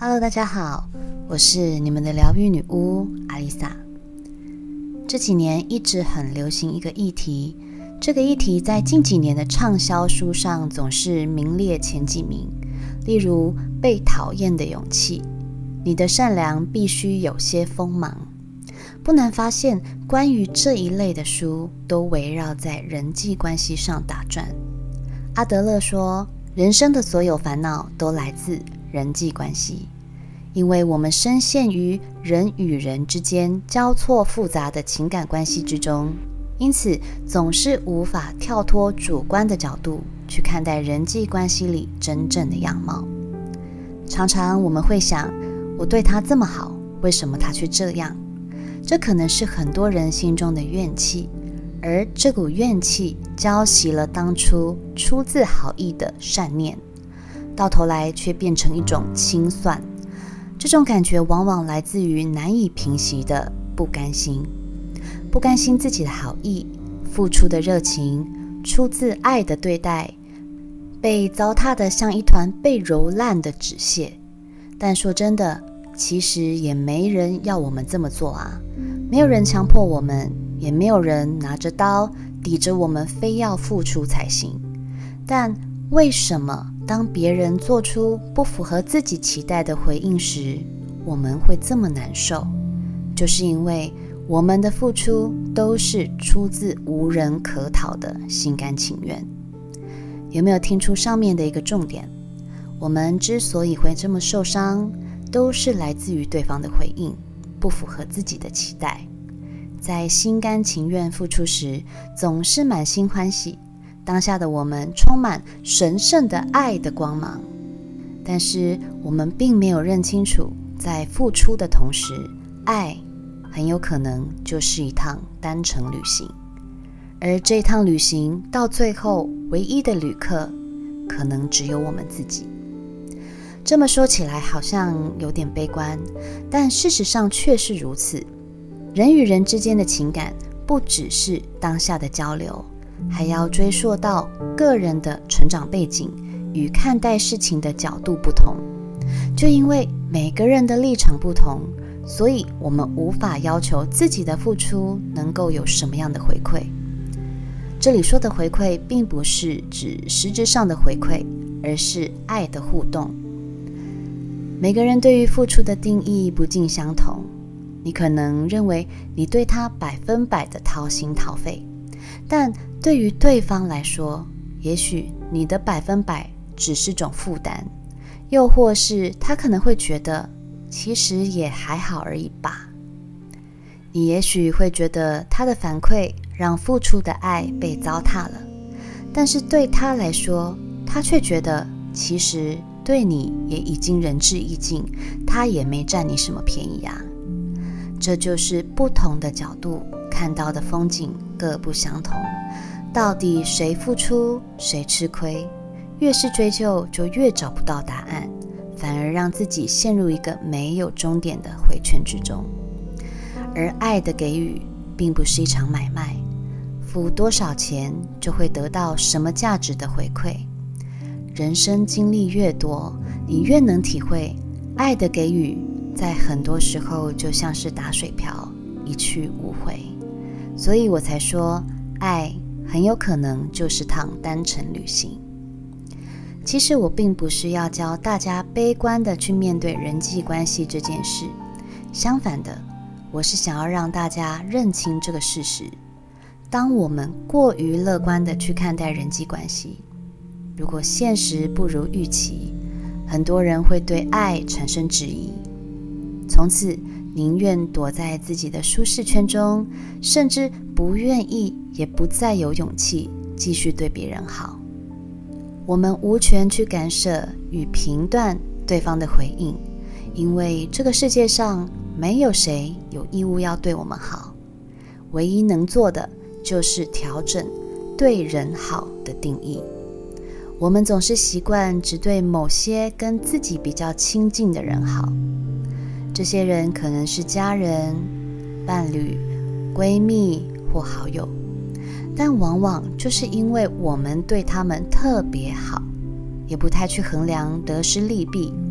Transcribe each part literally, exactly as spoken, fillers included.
Hello， 大家好，我是你们的疗愈女巫阿丽萨。这几年一直很流行一个议题，这个议题在近几年的畅销书上总是名列前几名，例如被讨厌的勇气，你的善良必须有些锋芒。不难发现，关于这一类的书都围绕在人际关系上打转。阿德勒说，人生的所有烦恼都来自人际关系，因为我们深陷于人与人之间交错复杂的情感关系之中，因此总是无法跳脱主观的角度去看待人际关系里真正的样貌。常常我们会想，我对他这么好，为什么他却这样？这可能是很多人心中的怨气，而这股怨气浇熄了当初出自好意的善念，到头来却变成一种清算。这种感觉往往来自于难以平息的不甘心，不甘心自己的好意、付出的热情、出自爱的对待，被糟蹋得像一团被揉烂的纸屑。但说真的，其实也没人要我们这么做啊，没有人强迫我们，也没有人拿着刀抵着我们非要付出才行。但为什么当别人做出不符合自己期待的回应时，我们会这么难受？就是因为我们的付出都是出自无人可讨的心甘情愿。有没有听出上面的一个重点？我们之所以会这么受伤，都是来自于对方的回应不符合自己的期待。在心甘情愿付出时，总是满心欢喜，当下的我们充满神圣的爱的光芒。但是我们并没有认清楚，在付出的同时，爱很有可能就是一趟单程旅行，而这趟旅行到最后唯一的旅客可能只有我们自己。这么说起来好像有点悲观，但事实上确是如此。人与人之间的情感不只是当下的交流，还要追溯到个人的成长背景与看待事情的角度不同。就因为每个人的立场不同，所以我们无法要求自己的付出能够有什么样的回馈。这里说的回馈并不是指实质上的回馈，而是爱的互动。每个人对于付出的定义不尽相同，你可能认为你对他百分百的掏心掏肺，但对于对方来说，也许你的百分百只是种负担，又或是他可能会觉得其实也还好而已吧。你也许会觉得他的反馈让付出的爱被糟蹋了，但是对他来说，他却觉得其实对你也已经仁至义尽，他也没占你什么便宜啊。这就是不同的角度看到的风景各不相同，到底谁付出谁吃亏？越是追究就越找不到答案，反而让自己陷入一个没有终点的回圈之中。而爱的给予并不是一场买卖，付多少钱就会得到什么价值的回馈。人生经历越多，你越能体会爱的给予在很多时候就像是打水漂，一去无回。所以我才说，爱很有可能就是趟单程旅行。其实我并不是要教大家悲观的去面对人际关系这件事，相反的，我是想要让大家认清这个事实。当我们过于乐观的去看待人际关系，如果现实不如预期，很多人会对爱产生质疑，从此宁愿躲在自己的舒适圈中，甚至不愿意也不再有勇气继续对别人好。我们无权去干涉与评断对方的回应，因为这个世界上没有谁有义务要对我们好，唯一能做的就是调整对人好的定义。我们总是习惯只对某些跟自己比较亲近的人好，这些人可能是家人、伴侣、闺蜜或好友，但往往就是因为我们对他们特别好，也不太去衡量得失利弊，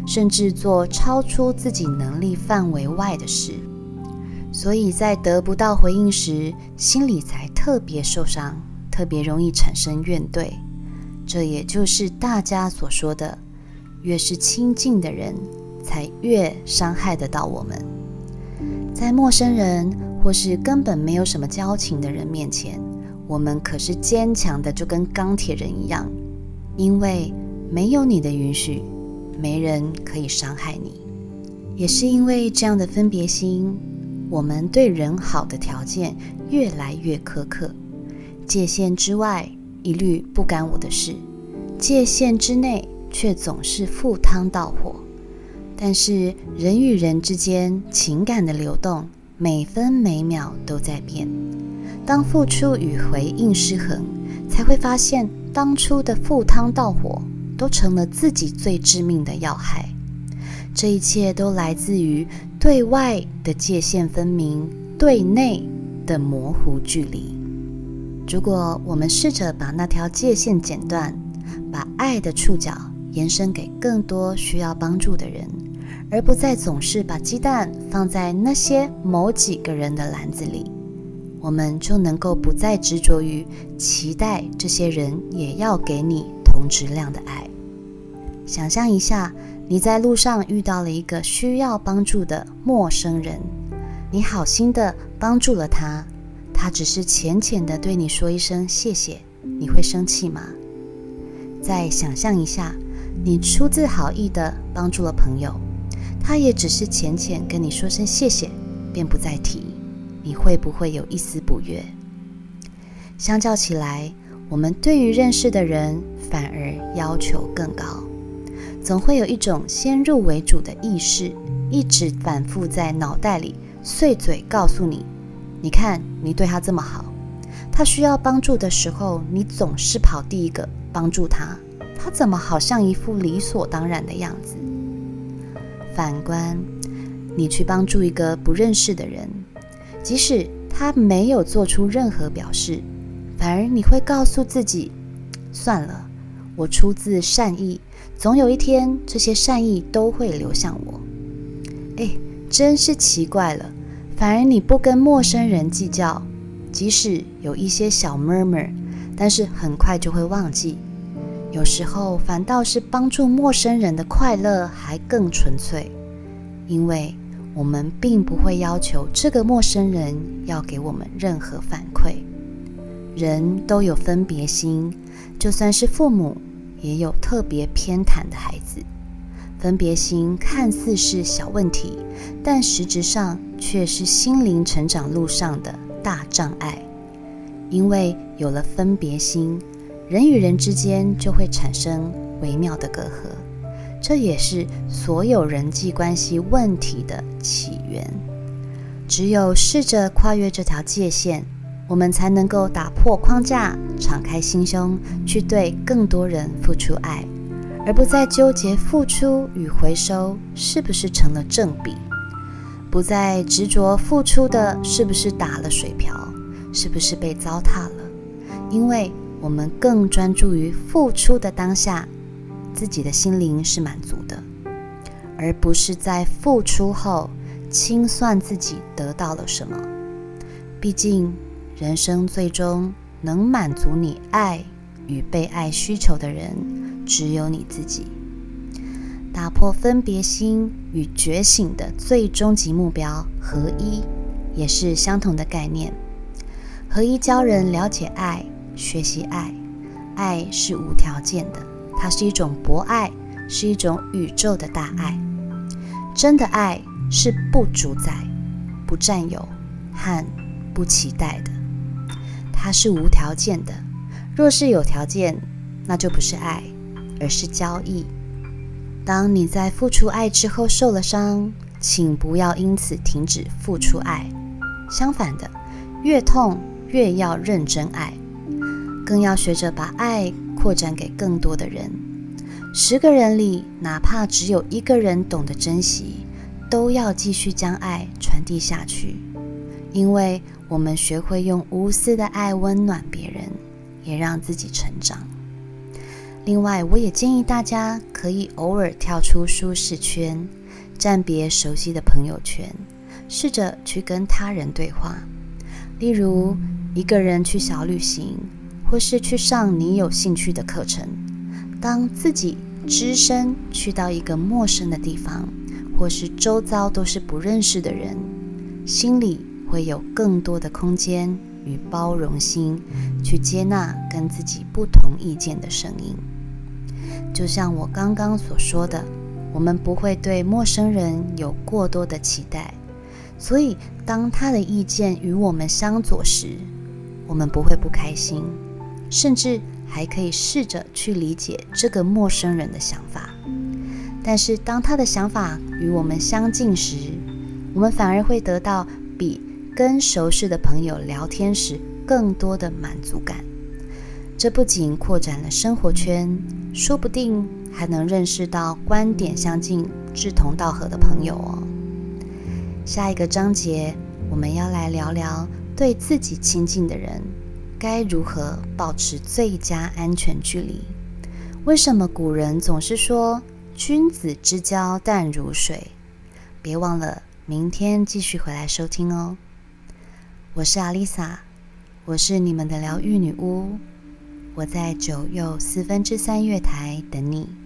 甚至做超出自己能力范围外的事。所以在得不到回应时，心里才特别受伤，特别容易产生怨怼。这也就是大家所说的，越是亲近的人，才越伤害得到我们。在陌生人或是根本没有什么交情的人面前，我们可是坚强的就跟钢铁人一样，因为没有你的允许，没人可以伤害你。也是因为这样的分别心，我们对人好的条件越来越苛刻，界限之外一律不干我的事，界限之内却总是赴汤蹈火。但是人与人之间情感的流动，每分每秒都在变。当付出与回应失衡，才会发现当初的赴汤蹈火都成了自己最致命的要害。这一切都来自于对外的界限分明，对内的模糊距离。如果我们试着把那条界限剪断，把爱的触角延伸给更多需要帮助的人，而不再总是把鸡蛋放在那些某几个人的篮子里，我们就能够不再执着于期待这些人也要给你同质量的爱。想象一下，你在路上遇到了一个需要帮助的陌生人，你好心的帮助了他，他只是浅浅的对你说一声谢谢，你会生气吗？再想象一下，你出自好意的帮助了朋友，他也只是浅浅跟你说声谢谢，便不再提，你会不会有一丝不悦？相较起来，我们对于认识的人反而要求更高，总会有一种先入为主的意识，一直反复在脑袋里碎嘴告诉你，你看你对他这么好，他需要帮助的时候，你总是跑第一个帮助他，他怎么好像一副理所当然的样子？反观你去帮助一个不认识的人，即使他没有做出任何表示，反而你会告诉自己，算了，我出自善意，总有一天这些善意都会流向我。哎，真是奇怪了，反而你不跟陌生人计较，即使有一些小 murmur， 但是很快就会忘记。有时候反倒是帮助陌生人的快乐还更纯粹，因为我们并不会要求这个陌生人要给我们任何反馈。人都有分别心，就算是父母，也有特别偏袒的孩子。分别心看似是小问题，但实质上却是心灵成长路上的大障碍。因为有了分别心，人与人之间就会产生微妙的隔阂，这也是所有人际关系问题的起源。只有试着跨越这条界限，我们才能够打破框架，敞开心胸，去对更多人付出爱，而不再纠结付出与回收是不是成了正比，不再执着付出的是不是打了水漂，是不是被糟蹋了，因为我们更专注于付出的当下，自己的心灵是满足的，而不是在付出后清算自己得到了什么。毕竟人生最终能满足你爱与被爱需求的人，只有你自己。打破分别心与觉醒的最终极目标合一，也是相同的概念。合一教人了解爱，学习爱。爱是无条件的，它是一种博爱，是一种宇宙的大爱。真的爱是不主宰、不占有和不期待的，它是无条件的。若是有条件，那就不是爱，而是交易。当你在付出爱之后受了伤，请不要因此停止付出爱，相反的，越痛越要认真爱，更要学着把爱扩展给更多的人。十个人里，哪怕只有一个人懂得珍惜，都要继续将爱传递下去，因为我们学会用无私的爱温暖别人，也让自己成长。 另外，我也建议大家可以偶尔跳出舒适圈，暂别熟悉的朋友圈，试着去跟他人对话。例如，一个人去小旅行，或是去上你有兴趣的课程。当自己只身去到一个陌生的地方，或是周遭都是不认识的人，心里会有更多的空间与包容心，去接纳跟自己不同意见的声音。就像我刚刚所说的，我们不会对陌生人有过多的期待，所以当他的意见与我们相左时，我们不会不开心，甚至还可以试着去理解这个陌生人的想法。但是当他的想法与我们相近时，我们反而会得到比跟熟识的朋友聊天时更多的满足感。这不仅扩展了生活圈，说不定还能认识到观点相近、志同道合的朋友哦。下一个章节，我们要来聊聊对自己亲近的人该如何保持最佳安全距离。为什么古人总是说君子之交淡如水？别忘了明天继续回来收听哦。我是阿丽萨，我是你们的疗愈女巫，我在九又四分之三月台等你。